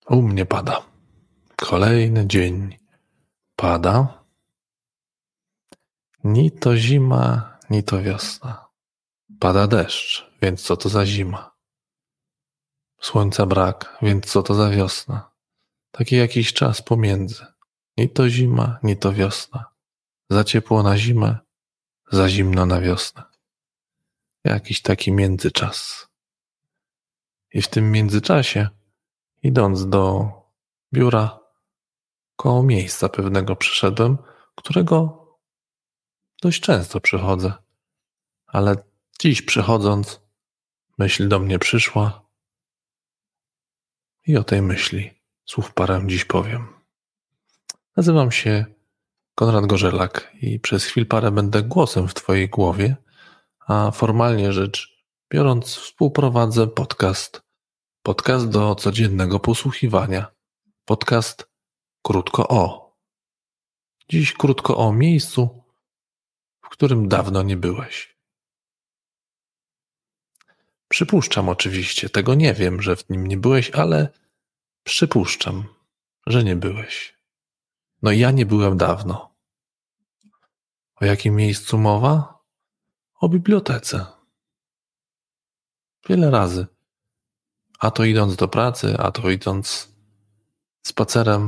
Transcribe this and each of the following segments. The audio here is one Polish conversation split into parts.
U mnie pada. Kolejny dzień pada. Ni to zima, ni to wiosna. Pada deszcz, więc co to za zima? Słońca brak, więc co to za wiosna? Taki jakiś czas pomiędzy. Ni to zima, ni to wiosna. Za ciepło na zimę, za zimno na wiosnę. Jakiś taki międzyczas. I w tym międzyczasie, idąc do biura, koło miejsca pewnego przyszedłem, którego dość często przychodzę, ale dziś przychodząc, myśl do mnie przyszła i o tej myśli słów parę dziś powiem. Nazywam się Konrad Gorzelak i przez chwil parę będę głosem w twojej głowie, a formalnie rzecz biorąc współprowadzę podcast do codziennego posłuchiwania, podcast krótko o. Dziś krótko o miejscu, w którym dawno nie byłeś. Przypuszczam oczywiście, tego nie wiem, że w nim nie byłeś, ale przypuszczam, że nie byłeś. No i ja nie byłem dawno. O jakim miejscu mowa? O bibliotece. Wiele razy. A to idąc do pracy, a to idąc spacerem,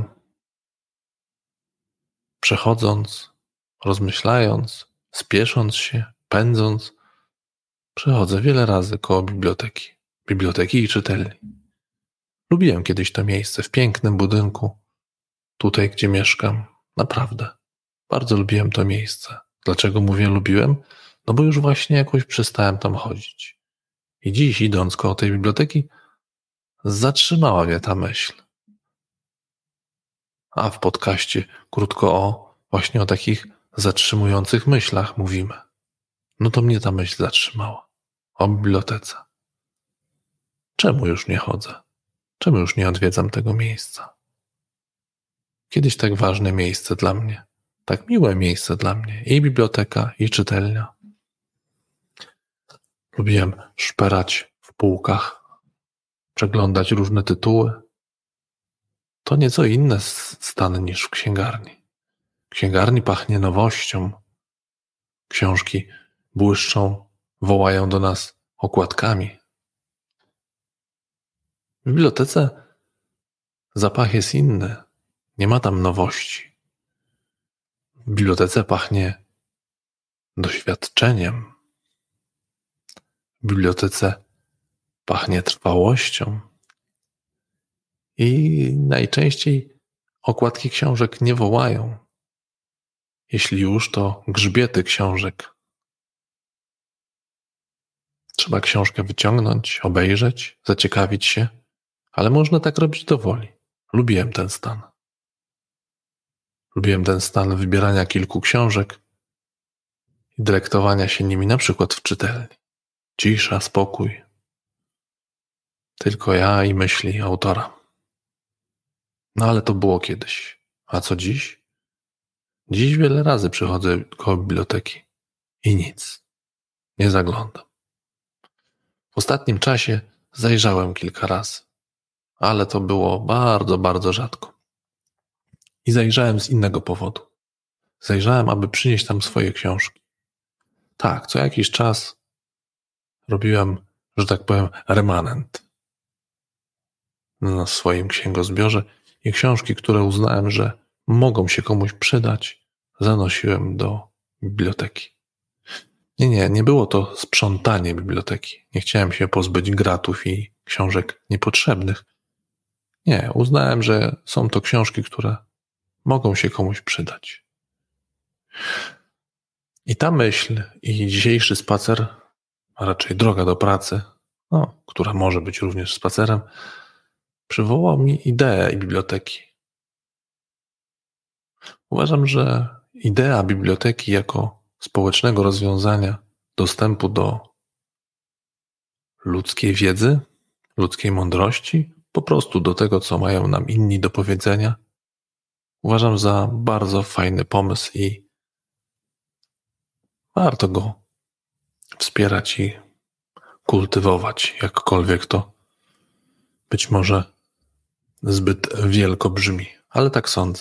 przechodząc, rozmyślając, spiesząc się, pędząc, przechodzę wiele razy koło biblioteki i czytelni. Lubiłem kiedyś to miejsce w pięknym budynku, tutaj gdzie mieszkam, naprawdę. Bardzo lubiłem to miejsce. Dlaczego mówię lubiłem? No bo już właśnie jakoś przestałem tam chodzić. I dziś idąc koło tej biblioteki zatrzymała mnie ta myśl. A w podcaście krótko właśnie o takich zatrzymujących myślach mówimy. No to mnie ta myśl zatrzymała. O bibliotece. Czemu już nie chodzę? Czemu już nie odwiedzam tego miejsca? Kiedyś tak ważne miejsce dla mnie. Tak miłe miejsce dla mnie. I biblioteka, i czytelnia. Lubiłem szperać w półkach, przeglądać różne tytuły. To nieco inny stan niż w księgarni. W księgarni pachnie nowością. Książki błyszczą, wołają do nas okładkami. W bibliotece zapach jest inny. Nie ma tam nowości. W bibliotece pachnie doświadczeniem. W bibliotece pachnie trwałością. I najczęściej okładki książek nie wołają. Jeśli już, to grzbiety książek. Trzeba książkę wyciągnąć, obejrzeć, zaciekawić się, ale można tak robić do woli. Lubiłem ten stan. Lubiłem ten stan wybierania kilku książek i delektowania się nimi, na przykład w czytelni. Cisza, spokój. Tylko ja i myśli autora. No ale to było kiedyś. A co dziś? Dziś wiele razy przychodzę koło biblioteki i nic. Nie zaglądam. W ostatnim czasie zajrzałem kilka razy, ale to było bardzo, bardzo rzadko. I zajrzałem z innego powodu. Zajrzałem, aby przynieść tam swoje książki. Tak, co jakiś czas robiłem, że tak powiem, remanent na swoim księgozbiorze i książki, które uznałem, że mogą się komuś przydać, zanosiłem do biblioteki. Nie było to sprzątanie biblioteki. Nie chciałem się pozbyć gratów i książek niepotrzebnych. Nie, uznałem, że są to książki, które mogą się komuś przydać. I ta myśl i dzisiejszy spacer, a raczej droga do pracy, która może być również spacerem, przywołał mi ideę biblioteki. Uważam, że idea biblioteki jako społecznego rozwiązania dostępu do ludzkiej wiedzy, ludzkiej mądrości, po prostu do tego, co mają nam inni do powiedzenia, uważam za bardzo fajny pomysł i warto go wspierać i kultywować, jakkolwiek to być może zbyt wielko brzmi, ale tak sądzę,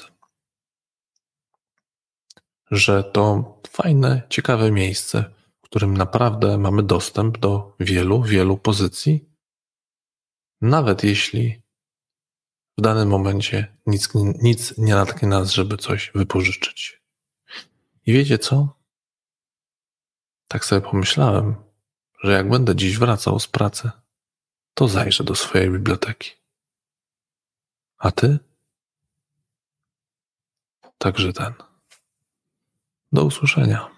że to fajne, ciekawe miejsce, w którym naprawdę mamy dostęp do wielu, wielu pozycji, nawet jeśli w danym momencie nic nie natknie nas, żeby coś wypożyczyć. I wiecie co? Tak sobie pomyślałem, że jak będę dziś wracał z pracy, to zajrzę do swojej biblioteki. A ty? Także do usłyszenia.